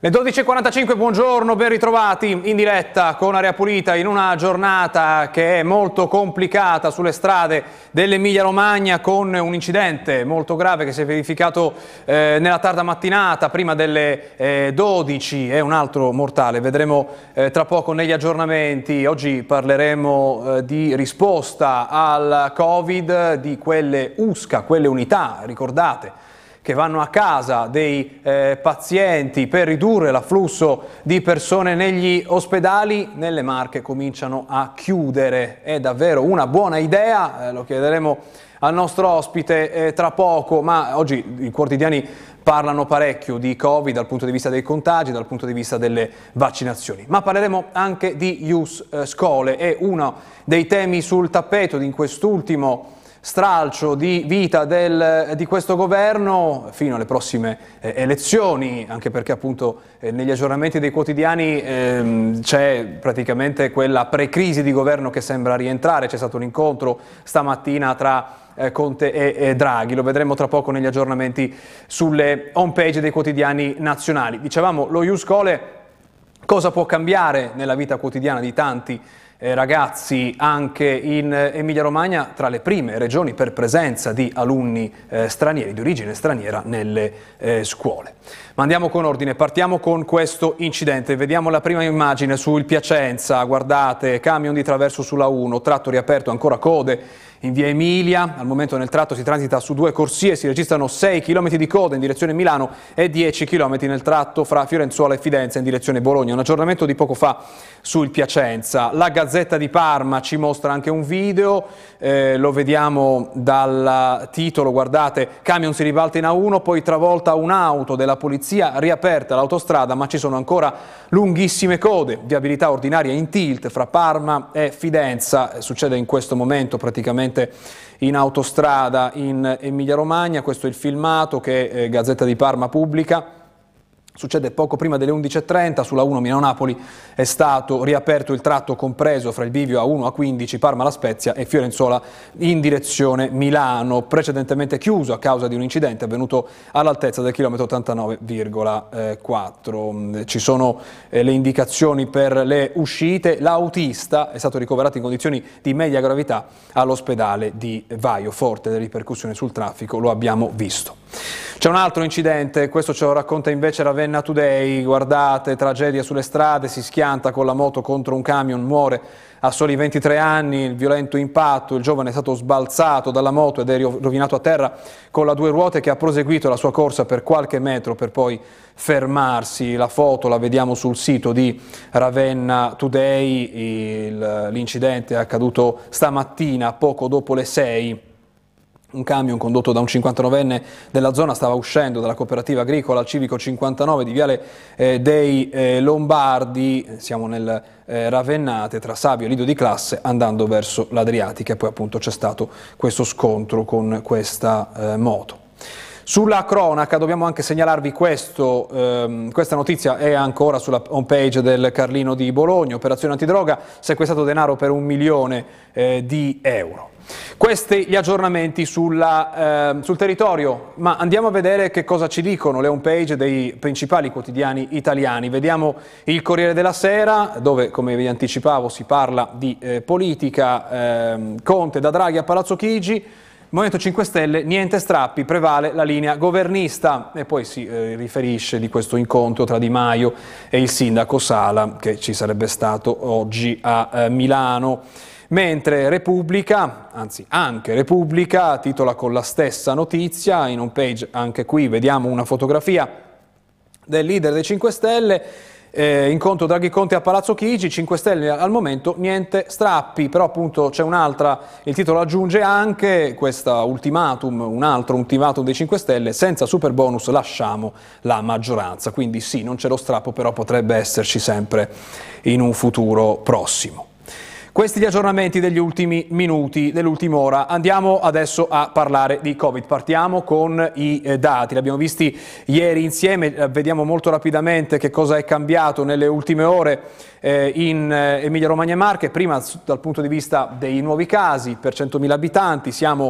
Le 12.45, buongiorno, ben ritrovati in diretta con Area Pulita in una giornata che è molto complicata sulle strade dell'Emilia Romagna, con un incidente molto grave che si è verificato nella tarda mattinata, prima delle 12, e un altro mortale. Vedremo tra poco negli aggiornamenti. Oggi parleremo di risposta al Covid, di quelle USCA, quelle unità, ricordate, che vanno a casa dei pazienti per ridurre l'afflusso di persone negli ospedali. Nelle Marche cominciano a chiudere. È davvero una buona idea? Lo chiederemo al nostro ospite tra poco, ma oggi i quotidiani parlano parecchio di Covid dal punto di vista dei contagi, dal punto di vista delle vaccinazioni. Ma parleremo anche di ius scholae. È uno dei temi sul tappeto in quest'ultimo stralcio di vita di questo governo fino alle prossime elezioni, anche perché appunto negli aggiornamenti dei quotidiani c'è praticamente quella pre-crisi di governo che sembra rientrare. C'è stato un incontro stamattina tra Conte e Draghi, lo vedremo tra poco negli aggiornamenti sulle home page dei quotidiani nazionali. Dicevamo, lo ius scholae cosa può cambiare nella vita quotidiana di tanti ragazzi anche in Emilia Romagna, tra le prime regioni per presenza di alunni stranieri, di origine straniera, nelle scuole. Ma andiamo con ordine, partiamo con questo incidente. Vediamo la prima immagine sul Piacenza, guardate, camion di traverso sulla 1, tratto riaperto, ancora code in via Emilia. Al momento nel tratto si transita su 2 corsie, si registrano 6 km di coda in direzione Milano e 10 km nel tratto fra Fiorenzuola e Fidenza in direzione Bologna. Un aggiornamento di poco fa sul Piacenza. La Gazzetta di Parma ci mostra anche un video, lo vediamo dal titolo, guardate, camion si ribalta in A1, poi travolta un'auto della polizia, riaperta l'autostrada, ma ci sono ancora lunghissime code, viabilità ordinaria in tilt fra Parma e Fidenza. Succede in questo momento praticamente in autostrada in Emilia Romagna. Questo è il filmato che Gazzetta di Parma pubblica. Succede poco prima delle 11.30, sulla 1 Milano-Napoli è stato riaperto il tratto compreso fra il bivio A1 A15, Parma-La Spezia e Fiorenzuola in direzione Milano, precedentemente chiuso a causa di un incidente avvenuto all'altezza del chilometro 89,4. Ci sono le indicazioni per le uscite. L'autista è stato ricoverato in condizioni di media gravità all'ospedale di Vaio. Forte le ripercussioni sul traffico, lo abbiamo visto. C'è un altro incidente, questo ce lo racconta invece Ravenna Today, guardate, tragedia sulle strade, si schianta con la moto contro un camion, muore a soli 23 anni, il violento impatto, il giovane è stato sbalzato dalla moto ed è rovinato a terra con la 2 ruote, che ha proseguito la sua corsa per qualche metro per poi fermarsi. La foto la vediamo sul sito di Ravenna Today, l'incidente è accaduto stamattina poco dopo le 6. Un camion condotto da un 59enne della zona stava uscendo dalla cooperativa agricola al civico 59 di Viale dei Lombardi, siamo nel Ravennate, tra Savio e Lido di Classe, andando verso l'Adriatica, e poi appunto c'è stato questo scontro con questa moto. Sulla cronaca dobbiamo anche segnalarvi questa notizia è ancora sulla homepage del Carlino di Bologna, operazione antidroga, sequestrato denaro per 1 milione di euro. Questi gli aggiornamenti sul territorio, ma andiamo a vedere che cosa ci dicono le homepage dei principali quotidiani italiani. Vediamo il Corriere della Sera, dove, come vi anticipavo, si parla di politica, Conte da Draghi a Palazzo Chigi. Movimento 5 Stelle, niente strappi, prevale la linea governista, e poi si riferisce di questo incontro tra Di Maio e il sindaco Sala che ci sarebbe stato oggi a Milano. Mentre Repubblica, anzi anche Repubblica, titola con la stessa notizia, in home page anche qui vediamo una fotografia del leader dei 5 Stelle, incontro Draghi Conte a Palazzo Chigi, 5 Stelle al momento niente strappi, però appunto c'è un'altra, il titolo aggiunge anche questa ultimatum, un altro ultimatum dei 5 Stelle, senza super bonus lasciamo la maggioranza, quindi sì, non c'è lo strappo, però potrebbe esserci sempre in un futuro prossimo. Questi gli aggiornamenti degli ultimi minuti, dell'ultima ora. Andiamo adesso a parlare di Covid. Partiamo con i dati. Li abbiamo visti ieri insieme, vediamo molto rapidamente che cosa è cambiato nelle ultime ore in Emilia Romagna e Marche. Prima dal punto di vista dei nuovi casi per 100.000 abitanti siamo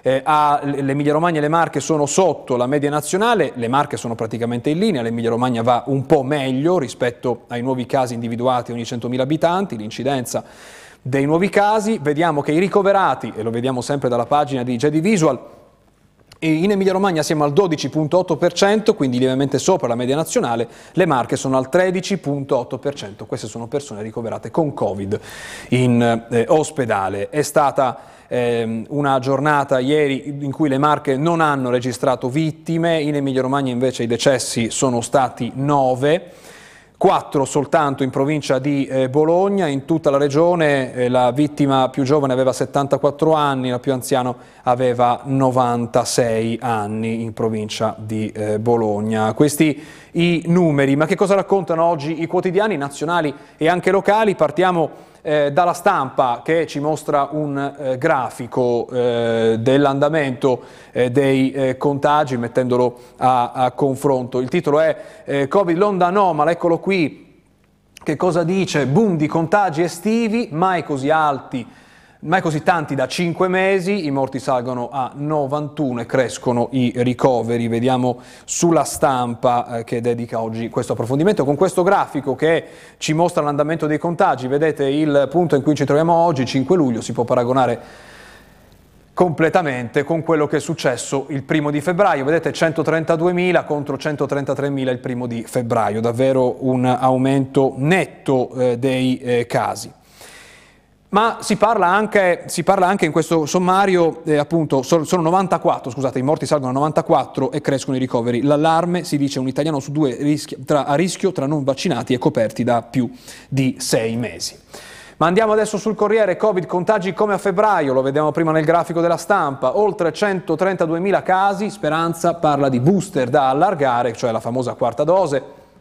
l'Emilia Romagna e le Marche sono sotto la media nazionale, le Marche sono praticamente in linea, l'Emilia Romagna va un po' meglio rispetto ai nuovi casi individuati ogni 100.000 abitanti, l'incidenza dei nuovi casi. Vediamo che i ricoverati, e lo vediamo sempre dalla pagina di JD Visual, in Emilia Romagna siamo al 12,8%, quindi lievemente sopra la media nazionale, le Marche sono al 13,8%, queste sono persone ricoverate con Covid in ospedale. È stata una giornata ieri in cui le Marche non hanno registrato vittime, in Emilia Romagna invece i decessi sono stati 9. 4 soltanto in provincia di Bologna. In tutta la regione la vittima più giovane aveva 74 anni, la più anziana aveva 96 anni in provincia di Bologna. Questi i numeri, ma che cosa raccontano oggi i quotidiani nazionali e anche locali? Partiamo dalla Stampa, che ci mostra un grafico dell'andamento dei contagi, mettendolo a confronto. Il titolo è Covid l'onda anomala, eccolo qui. Che cosa dice? Boom di contagi estivi, mai così alti, mai così tanti da 5 mesi, i morti salgono a 91 e crescono i ricoveri. Vediamo sulla Stampa che dedica oggi questo approfondimento con questo grafico che ci mostra l'andamento dei contagi. Vedete il punto in cui ci troviamo oggi, 5 luglio, si può paragonare completamente con quello che è successo il 1° di febbraio. Vedete 132.000 contro 133.000 il 1° di febbraio, davvero un aumento netto dei casi. Ma si parla anche in questo sommario, appunto, sono 94, scusate, i morti salgono a 94 e crescono i ricoveri. L'allarme, si dice, un italiano su 2 a rischio tra non vaccinati e coperti da più di 6 mesi. Ma andiamo adesso sul Corriere. Covid, contagi come a febbraio, lo vediamo prima nel grafico della Stampa, oltre 132.000 casi, Speranza parla di booster da allargare, cioè la famosa quarta dose.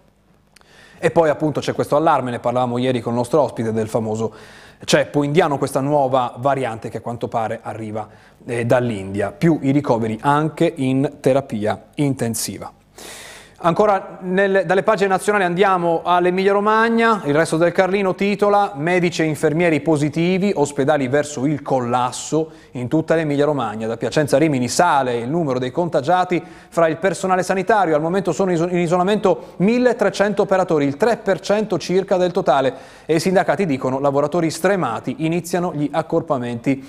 E poi appunto c'è questo allarme, ne parlavamo ieri con il nostro ospite, del famoso ceppo indiano, questa nuova variante che a quanto pare arriva dall'India, più i ricoveri anche in terapia intensiva. Ancora dalle pagine nazionali andiamo all'Emilia Romagna. Il Resto del Carlino titola medici e infermieri positivi, ospedali verso il collasso in tutta l'Emilia Romagna. Da Piacenza a Rimini sale il numero dei contagiati fra il personale sanitario. Al momento sono in isolamento 1.300 operatori, il 3% circa del totale, e i sindacati dicono lavoratori stremati, iniziano gli accorpamenti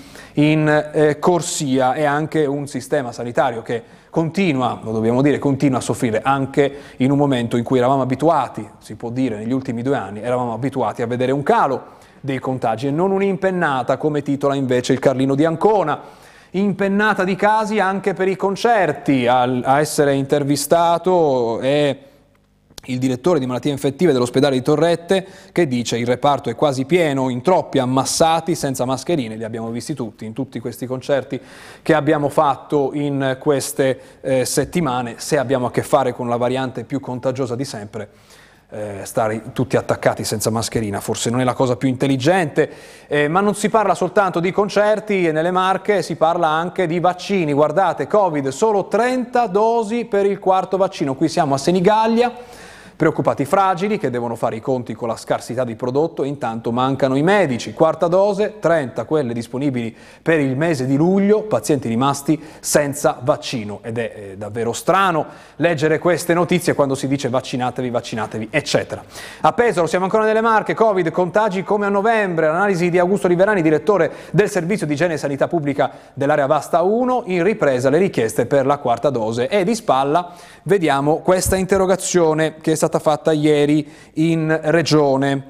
in corsia. E anche un sistema sanitario che continua, lo dobbiamo dire, continua a soffrire anche in un momento in cui eravamo abituati, si può dire negli ultimi 2 anni, eravamo abituati a vedere un calo dei contagi e non un'impennata, come titola invece il Carlino di Ancona. Impennata di casi anche per i concerti. A essere intervistato è il direttore di malattie infettive dell'ospedale di Torrette, che dice il reparto è quasi pieno, in troppi ammassati senza mascherine. Li abbiamo visti tutti in tutti questi concerti che abbiamo fatto in queste settimane. Se abbiamo a che fare con la variante più contagiosa di sempre, stare tutti attaccati senza mascherina forse non è la cosa più intelligente. Ma non si parla soltanto di concerti, e nelle Marche si parla anche di vaccini. Guardate, Covid, solo 30 dosi per il 4º vaccino. Qui siamo a Senigallia. Preoccupati i fragili che devono fare i conti con la scarsità di prodotto, e intanto mancano i medici. 4ª dose, 30 quelle disponibili per il mese di luglio, pazienti rimasti senza vaccino. Ed è davvero strano leggere queste notizie quando si dice vaccinatevi, vaccinatevi, eccetera. A Pesaro, siamo ancora nelle Marche, Covid, contagi come a novembre. L'analisi di Augusto Riverani, direttore del Servizio di Igiene e Sanità Pubblica dell'area Vasta 1, in ripresa le richieste per la 4ª dose. E di spalla vediamo questa interrogazione che è stata fatta ieri in regione.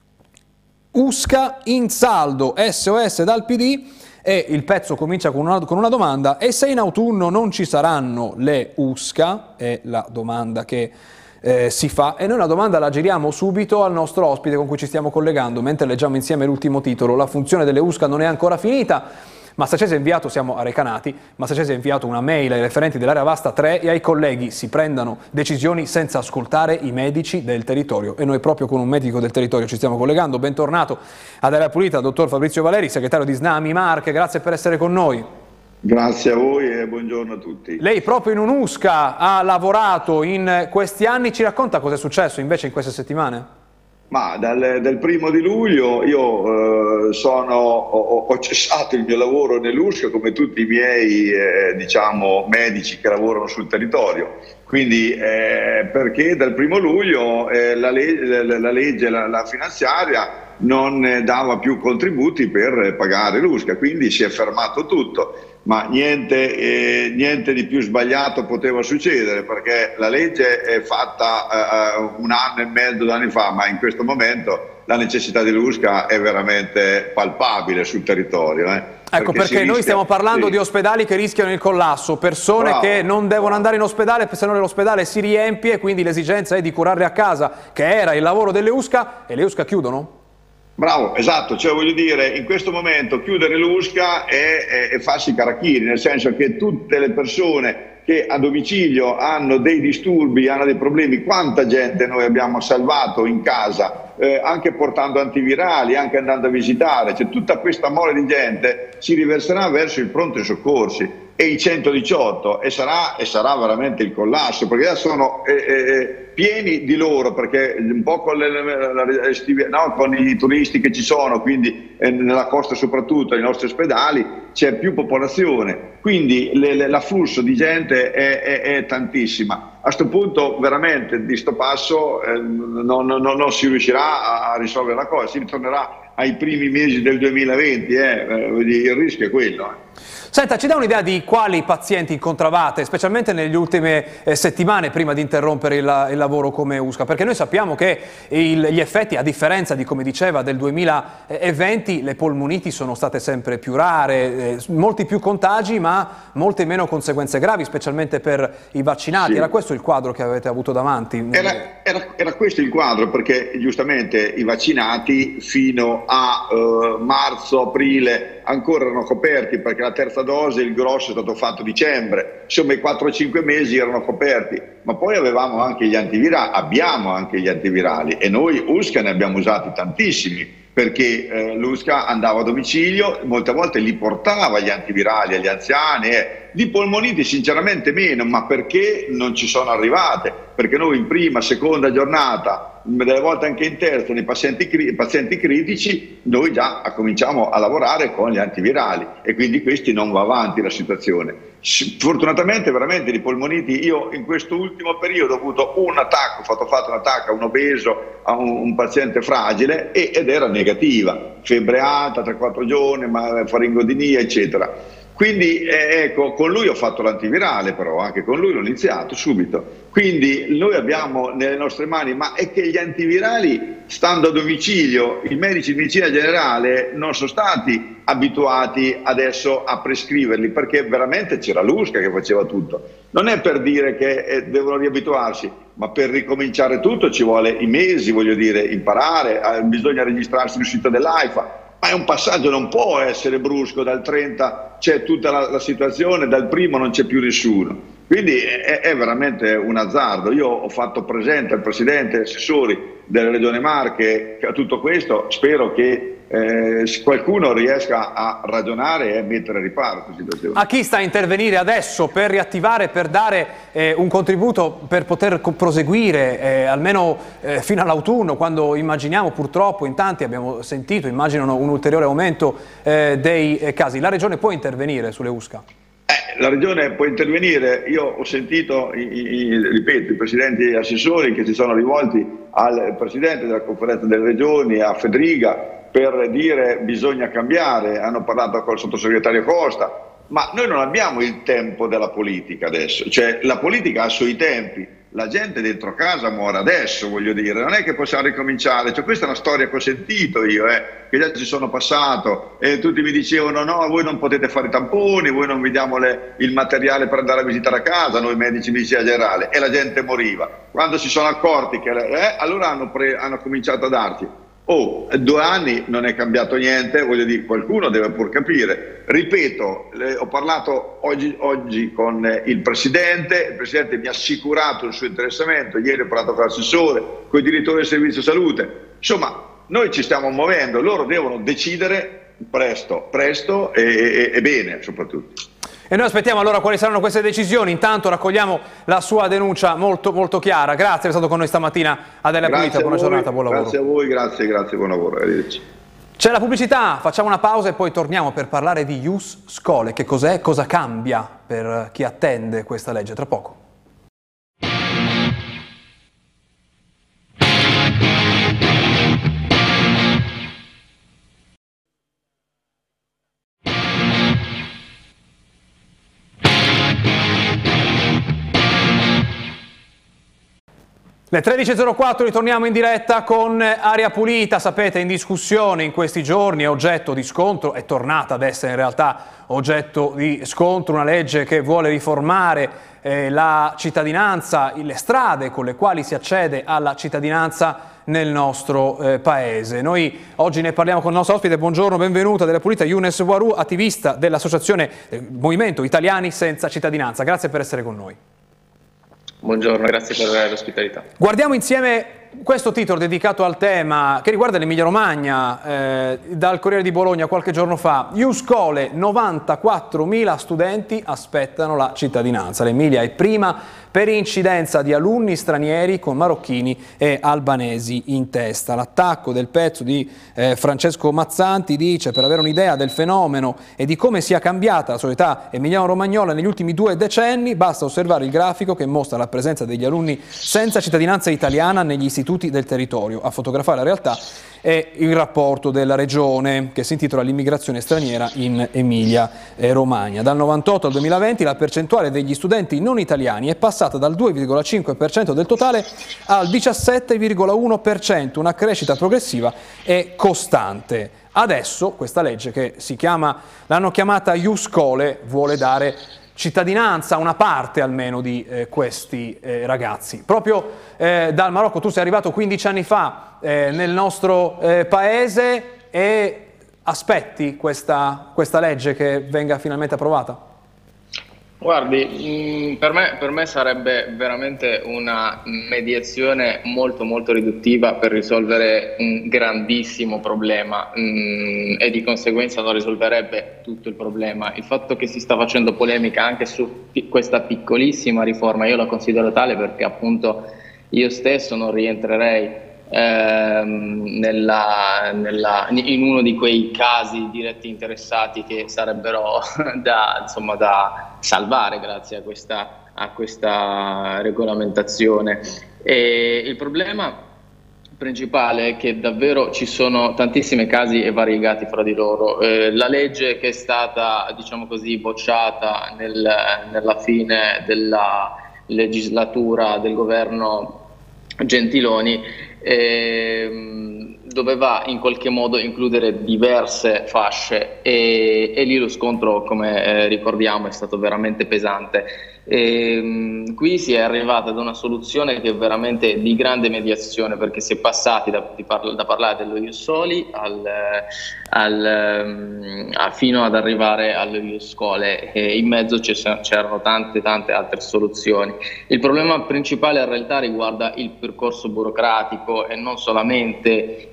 USCA in saldo, SOS dal PD, e il pezzo comincia con una domanda: e se in autunno non ci saranno le USCA? È la domanda che si fa, e noi la domanda la giriamo subito al nostro ospite con cui ci stiamo collegando mentre leggiamo insieme l'ultimo titolo. La funzione delle USCA non è ancora finita. Massacesi ha inviato, siamo a Recanati, Massacesi ha inviato una mail ai referenti dell'area Vasta 3 e ai colleghi: si prendano decisioni senza ascoltare i medici del territorio. E noi proprio con un medico del territorio ci stiamo collegando. Bentornato ad Aria Pulita, dottor Fabrizio Valeri, segretario di SNAMI Marche, grazie per essere con noi. Grazie a voi e buongiorno a tutti. Lei proprio in un'USCA ha lavorato in questi anni, ci racconta cosa è successo invece in queste settimane? Ma dal 1° luglio io ho cessato il mio lavoro nell'USCA come tutti i miei diciamo, medici che lavorano sul territorio. Quindi perché dal 1° luglio la finanziaria non dava più contributi per pagare l'USCA, quindi si è fermato tutto. Ma niente di più sbagliato poteva succedere, perché la legge è fatta 1 anno e mezzo, 2 anni fa, ma in questo momento la necessità dell'USCA è veramente palpabile sul territorio. Ecco perché noi stiamo parlando di ospedali che rischiano il collasso, persone che non devono andare in ospedale, se no l'ospedale si riempie e quindi l'esigenza è di curarle a casa, che era il lavoro delle USCA, e le USCA chiudono? Bravo, esatto, cioè voglio dire, in questo momento chiudere l'USCA è farsi carachiri, nel senso che tutte le persone che a domicilio hanno dei disturbi, hanno dei problemi, quanta gente noi abbiamo salvato in casa, anche portando antivirali, anche andando a visitare, cioè tutta questa mole di gente si riverserà verso il pronto soccorsi e i 118 e sarà veramente il collasso, perché adesso sono pieni di loro, perché un po' con i turisti che ci sono, quindi nella costa soprattutto, ai nostri ospedali, c'è più popolazione, quindi l'afflusso di gente è tantissima. A questo punto veramente di sto passo non si riuscirà a risolvere la cosa, si ritornerà ai primi mesi del 2020, il rischio è quello. Senta, ci dà un'idea di quali pazienti incontravate, specialmente nelle ultime settimane prima di interrompere il lavoro come USCA? Perché noi sappiamo che gli effetti, a differenza di come diceva del 2020, le polmoniti sono state sempre più rare, molti più contagi ma molte meno conseguenze gravi, specialmente per i vaccinati. Sì. Era questo il quadro che avete avuto davanti? Era questo il quadro, perché giustamente i vaccinati fino a marzo-aprile ancora erano coperti, perché la terza dose, il grosso è stato fatto a dicembre, insomma i 4-5 mesi erano coperti, ma poi avevamo anche gli antivirali, abbiamo anche gli antivirali e noi USCA ne abbiamo usati tantissimi, perché l'USCA andava a domicilio, molte volte li portava gli antivirali agli anziani, di polmoniti sinceramente meno, ma perché non ci sono arrivate? Perché noi in prima, seconda giornata, delle volte anche in terza, nei pazienti critici, noi già cominciamo a lavorare con gli antivirali e quindi questi non va avanti la situazione. Fortunatamente veramente di polmoniti, io in questo ultimo periodo ho avuto un attacco, ho fatto un attacco a un obeso, a un paziente fragile ed era negativa, febbre alta, 3-4 giorni, faringodinia eccetera. Quindi ecco, con lui ho fatto l'antivirale, però anche con lui l'ho iniziato subito. Quindi noi abbiamo nelle nostre mani, ma è che gli antivirali, stando a domicilio, i medici di medicina generale non sono stati abituati adesso a prescriverli, perché veramente c'era l'USCA che faceva tutto. Non è per dire che devono riabituarsi, ma per ricominciare tutto ci vuole i mesi, voglio dire, imparare, bisogna registrarsi sul sito dell'AIFA. Ma è un passaggio, non può essere brusco, dal 30 c'è tutta la situazione, dal 1° non c'è più nessuno. Quindi è veramente un azzardo. Io ho fatto presente al Presidente e agli assessori della Regione Marche a tutto questo, spero che qualcuno riesca a ragionare e a mettere a riparo questa situazione. A chi sta a intervenire adesso per riattivare, per dare un contributo per poter proseguire almeno fino all'autunno, quando immaginiamo purtroppo in tanti abbiamo sentito, immaginano un ulteriore aumento dei casi. La Regione può intervenire sulle USCA? La Regione può intervenire. Io ho sentito, ripeto, i presidenti e gli assessori che si sono rivolti al Presidente della Conferenza delle Regioni, a Fedriga, per dire bisogna cambiare, hanno parlato col sottosegretario Costa, ma noi non abbiamo il tempo della politica adesso, cioè la politica ha i suoi tempi, la gente dentro casa muore adesso, voglio dire, non è che possiamo ricominciare, cioè questa è una storia che ho sentito io, che già ci sono passato e tutti mi dicevano no, voi non potete fare i tamponi, voi non vi diamo il materiale per andare a visitare a casa, noi medici di medicina generale, e la gente moriva. Quando si sono accorti che allora hanno cominciato a darci. 2 anni non è cambiato niente, voglio dire, qualcuno deve pur capire. Ripeto, ho parlato oggi con il Presidente mi ha assicurato il suo interessamento, ieri ho parlato con l'assessore, con i direttori del servizio salute, insomma noi ci stiamo muovendo, loro devono decidere presto e bene soprattutto. E noi aspettiamo allora quali saranno queste decisioni. Intanto raccogliamo la sua denuncia molto, molto chiara. Grazie per essere stato con noi stamattina, Adelia Pulita. Buona giornata, buon lavoro. Grazie a voi, grazie, buon lavoro. Arrivederci. C'è la pubblicità, facciamo una pausa e poi torniamo per parlare di Ius Scholae. Che cos'è? Cosa cambia per chi attende questa legge? Tra poco. Le 13.04 ritorniamo in diretta con Aria Pulita, sapete in discussione in questi giorni, è oggetto di scontro, è tornata ad essere in realtà oggetto di scontro, una legge che vuole riformare la cittadinanza, le strade con le quali si accede alla cittadinanza nel nostro paese. Noi oggi ne parliamo con il nostro ospite, buongiorno, benvenuta, Aria Pulita, Younes Ouarou, attivista dell'associazione Movimento Italiani Senza Cittadinanza, grazie per essere con noi. Buongiorno, grazie per l'ospitalità. Guardiamo insieme questo titolo dedicato al tema che riguarda l'Emilia Romagna, dal Corriere di Bologna qualche giorno fa. Ius Scholae, 94.000 studenti aspettano la cittadinanza. L'Emilia è prima per incidenza di alunni stranieri con marocchini e albanesi in testa. L'attacco del pezzo di Francesco Mazzanti dice: per avere un'idea del fenomeno e di come sia cambiata la società emiliano-romagnola negli ultimi 2 decenni, basta osservare il grafico che mostra la presenza degli alunni senza cittadinanza italiana negli istituti del territorio. A fotografare la realtà è il rapporto della regione che si intitola L'immigrazione straniera in Emilia Romagna. Dal 98 al 2020 la percentuale degli studenti non italiani è passata dal 2,5% del totale al 17,1%, una crescita progressiva e costante. Adesso questa legge, che l'hanno chiamata Ius Scholae, vuole dare cittadinanza a una parte almeno di questi ragazzi. Proprio dal Marocco, tu sei arrivato 15 anni fa nel nostro paese e aspetti questa legge che venga finalmente approvata? Guardi, per me sarebbe veramente una mediazione molto molto riduttiva per risolvere un grandissimo problema e di conseguenza non risolverebbe tutto il problema. Il fatto che si sta facendo polemica anche su questa piccolissima riforma, io la considero tale perché appunto io stesso non rientrerei in uno di quei casi diretti interessati che sarebbero da salvare grazie a questa regolamentazione. E il problema principale è che davvero ci sono tantissimi casi e variegati fra di loro. La legge che è stata, diciamo così, bocciata nella fine della legislatura del governo Gentiloni doveva in qualche modo includere diverse fasce e lì lo scontro, come ricordiamo, è stato veramente pesante. Qui si è arrivata ad una soluzione che è veramente di grande mediazione, perché si è passati da parlare dello Ius Soli fino ad arrivare allo Ius Scholae, e in mezzo c'erano tante altre soluzioni. Il problema principale in realtà riguarda il percorso burocratico e non solamente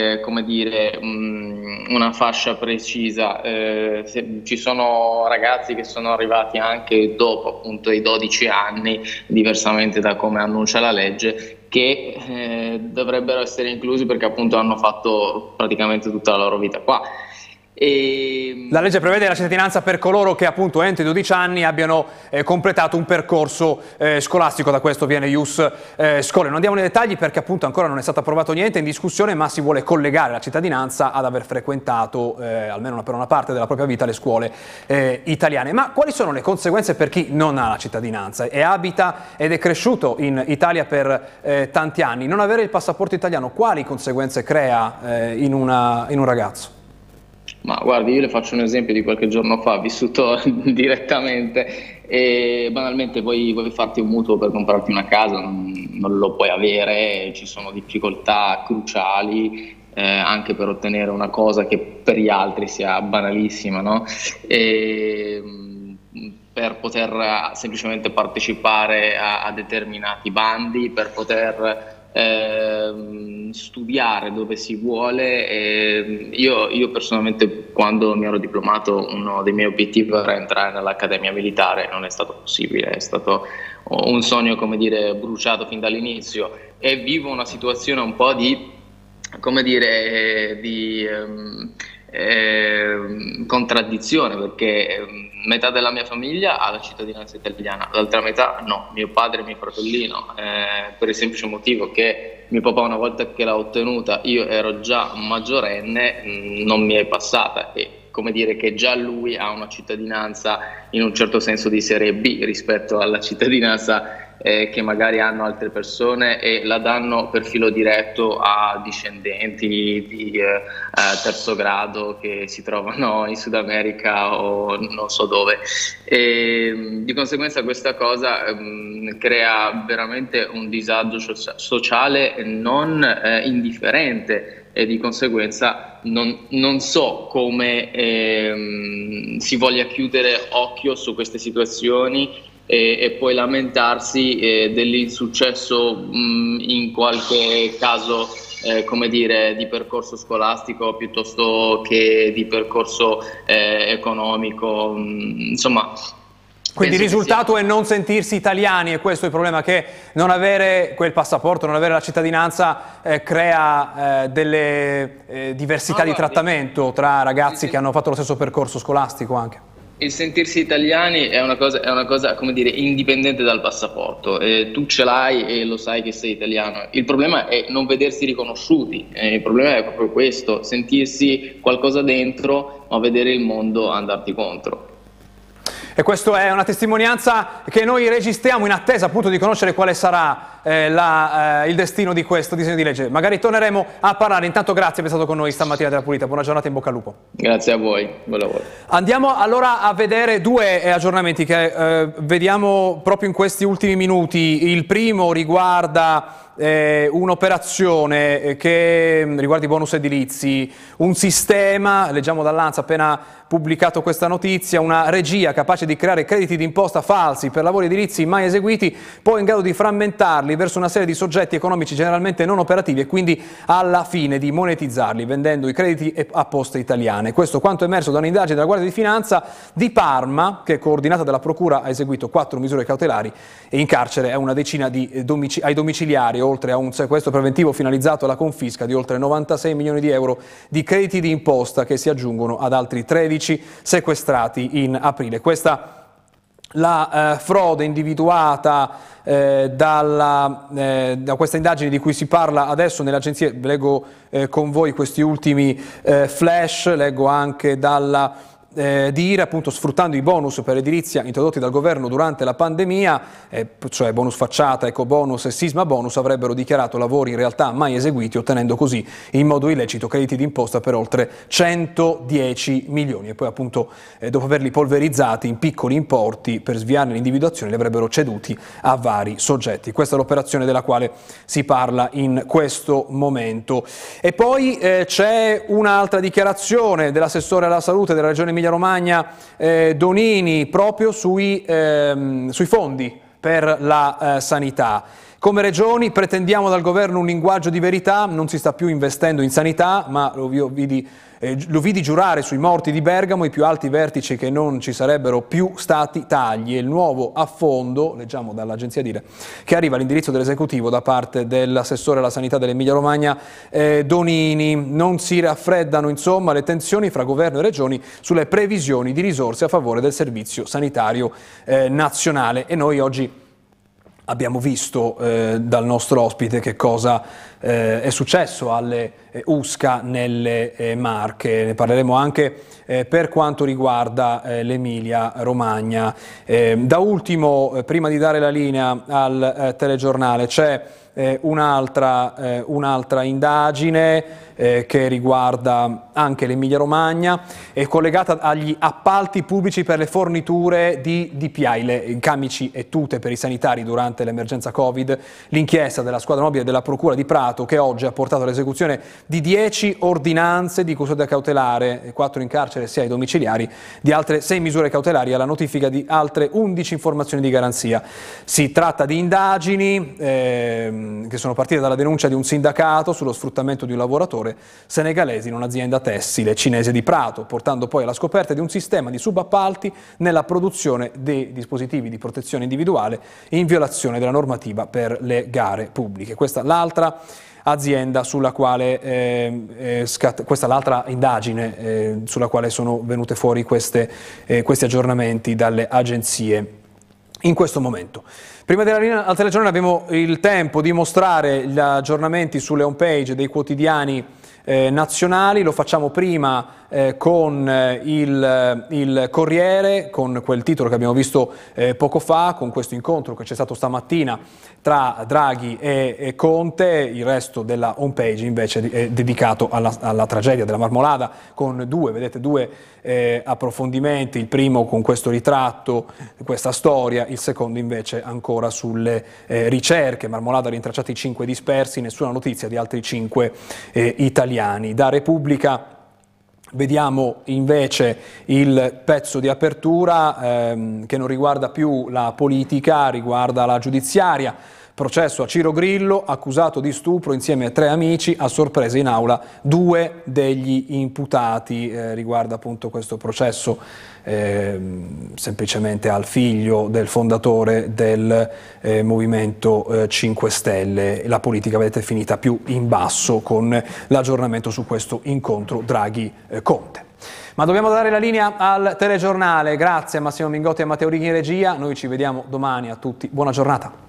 una fascia precisa. Ci sono ragazzi che sono arrivati anche dopo appunto i 12 anni, diversamente da come annuncia la legge, che dovrebbero essere inclusi perché appunto hanno fatto praticamente tutta la loro vita qua. La legge prevede la cittadinanza per coloro che appunto entro i 12 anni abbiano completato un percorso scolastico, da questo viene Ius Scholae. Non andiamo nei dettagli perché appunto ancora non è stato approvato niente in discussione, ma si vuole collegare la cittadinanza ad aver frequentato almeno per una parte della propria vita le scuole italiane. Ma quali sono le conseguenze per chi non ha la cittadinanza e abita ed è cresciuto in Italia per tanti anni? Non avere il passaporto italiano, quali conseguenze crea in un ragazzo? Ma guardi, io le faccio un esempio di qualche giorno fa, vissuto direttamente, e banalmente vuoi farti un mutuo per comprarti una casa, non lo puoi avere, ci sono difficoltà cruciali anche per ottenere una cosa che per gli altri sia banalissima, no? Per poter semplicemente partecipare a determinati bandi, per poter studiare dove si vuole. Io personalmente, quando mi ero diplomato, uno dei miei obiettivi era entrare nell'Accademia Militare. Non è stato possibile, è stato un sogno, come dire, bruciato fin dall'inizio, e vivo una situazione un po' di, come dire, di contraddizione, perché metà della mia famiglia ha la cittadinanza italiana, l'altra metà no, mio padre e mio fratellino, per il semplice motivo che mio papà, una volta che l'ha ottenuta, io ero già maggiorenne, non mi è passata, e come dire che già lui ha una cittadinanza in un certo senso di serie B rispetto alla cittadinanza che magari hanno altre persone, e la danno per filo diretto a discendenti di terzo grado che si trovano in Sud America o non so dove. E di conseguenza questa cosa crea veramente un disagio sociale non indifferente, e di conseguenza non so come si voglia chiudere occhio su queste situazioni e poi lamentarsi dell'insuccesso in qualche caso, come dire, di percorso scolastico piuttosto che di percorso economico, insomma. Quindi il risultato è non sentirsi italiani, e questo è il problema, che non avere quel passaporto, non avere la cittadinanza crea delle diversità di trattamento tra ragazzi che hanno fatto lo stesso percorso scolastico anche. Il sentirsi italiani è una cosa, come dire, indipendente dal passaporto. Tu ce l'hai e lo sai che sei italiano. Il problema è non vedersi riconosciuti. Il problema è proprio questo, sentirsi qualcosa dentro, ma vedere il mondo andarti contro. E questa è una testimonianza che noi registriamo in attesa appunto di conoscere quale sarà il destino di questo disegno di legge. Magari torneremo a parlare. Intanto grazie per essere stato con noi stamattina della Pulita. Buona giornata, in bocca al lupo. Grazie a voi, buon lavoro. Andiamo allora a vedere due aggiornamenti che vediamo proprio in questi ultimi minuti. Il primo riguarda un'operazione che riguarda i bonus edilizi, un sistema, leggiamo dall'ANSA appena pubblicato questa notizia, una regia capace di creare crediti d'imposta falsi per lavori edilizi mai eseguiti, poi in grado di frammentarli verso una serie di soggetti economici generalmente non operativi, e quindi alla fine di monetizzarli vendendo i crediti a Poste Italiane. Questo quanto emerso da un'indagine della Guardia di Finanza di Parma, che coordinata dalla Procura ha eseguito 4 misure cautelari, e in carcere è una decina ai domiciliari, oltre a un sequestro preventivo finalizzato alla confisca di oltre 96 milioni di euro di crediti di imposta, che si aggiungono ad altri 13 sequestrati in aprile. Questa la frode individuata da questa indagine di cui si parla adesso nelle agenzie. Leggo con voi questi ultimi flash, leggo anche dalla dire, appunto, sfruttando i bonus per edilizia introdotti dal governo durante la pandemia, cioè bonus facciata, ecobonus e sisma bonus, avrebbero dichiarato lavori in realtà mai eseguiti, ottenendo così in modo illecito crediti d'imposta per oltre 110 milioni, e poi appunto dopo averli polverizzati in piccoli importi per sviarne l'individuazione li avrebbero ceduti a vari soggetti. Questa è l'operazione della quale si parla in questo momento. E poi c'è un'altra dichiarazione dell'assessore alla salute della regione Emilia-Romagna Donini, proprio sui fondi per la sanità. Come regioni pretendiamo dal governo un linguaggio di verità, non si sta più investendo in sanità, ma lo vidi giurare sui morti di Bergamo i più alti vertici che non ci sarebbero più stati tagli, e il nuovo affondo, leggiamo dall'agenzia Dire, che arriva all'indirizzo dell'esecutivo da parte dell'assessore alla sanità dell'Emilia Romagna Donini. Non si raffreddano insomma le tensioni fra governo e regioni sulle previsioni di risorse a favore del servizio sanitario nazionale, e noi oggi abbiamo visto dal nostro ospite che cosa è successo alle USCA nelle Marche. Ne parleremo anche per quanto riguarda l'Emilia Romagna. Da ultimo, prima di dare la linea al telegiornale, c'è un'altra indagine che riguarda anche l'Emilia Romagna, è collegata agli appalti pubblici per le forniture di DPI, le camici e tute per i sanitari durante l'emergenza Covid. L'inchiesta della squadra mobile della Procura di Prato, che oggi ha portato all'esecuzione di 10 ordinanze di custodia cautelare, 4 in carcere e 6 domiciliari, di altre 6 misure cautelari e alla notifica di altre 11 informazioni di garanzia. Si tratta di indagini che sono partite dalla denuncia di un sindacato sullo sfruttamento di un lavoratore senegalese in un'azienda tessile cinese di Prato, portando poi alla scoperta di un sistema di subappalti nella produzione dei dispositivi di protezione individuale in violazione della normativa per le gare pubbliche. Questa l'altra azienda sulla quale questa è l'altra indagine sulla quale sono venute fuori questi aggiornamenti dalle agenzie in questo momento. Prima della linea al telegiornale abbiamo il tempo di mostrare gli aggiornamenti sulle home page dei quotidiani nazionali. Lo facciamo prima con il Corriere, con quel titolo che abbiamo visto poco fa, con questo incontro che c'è stato stamattina tra Draghi e Conte. Il resto della home page invece è dedicato alla tragedia della Marmolada, con due approfondimenti, il primo con questo ritratto, questa storia, il secondo invece ancora sulle ricerche. Marmolada rintracciati 5 dispersi, nessuna notizia di altri 5 italiani. Da Repubblica vediamo invece il pezzo di apertura che non riguarda più la politica, riguarda la giudiziaria. Processo a Ciro Grillo, accusato di stupro insieme a 3 amici, a sorpresa in aula 2 degli imputati. Riguarda appunto questo processo semplicemente al figlio del fondatore del Movimento 5 Stelle. La politica, vedete, è finita più in basso con l'aggiornamento su questo incontro Draghi-Conte. Ma dobbiamo dare la linea al telegiornale. Grazie a Massimo Mingotti e a Matteo Righi in regia. Noi ci vediamo domani. A tutti buona giornata.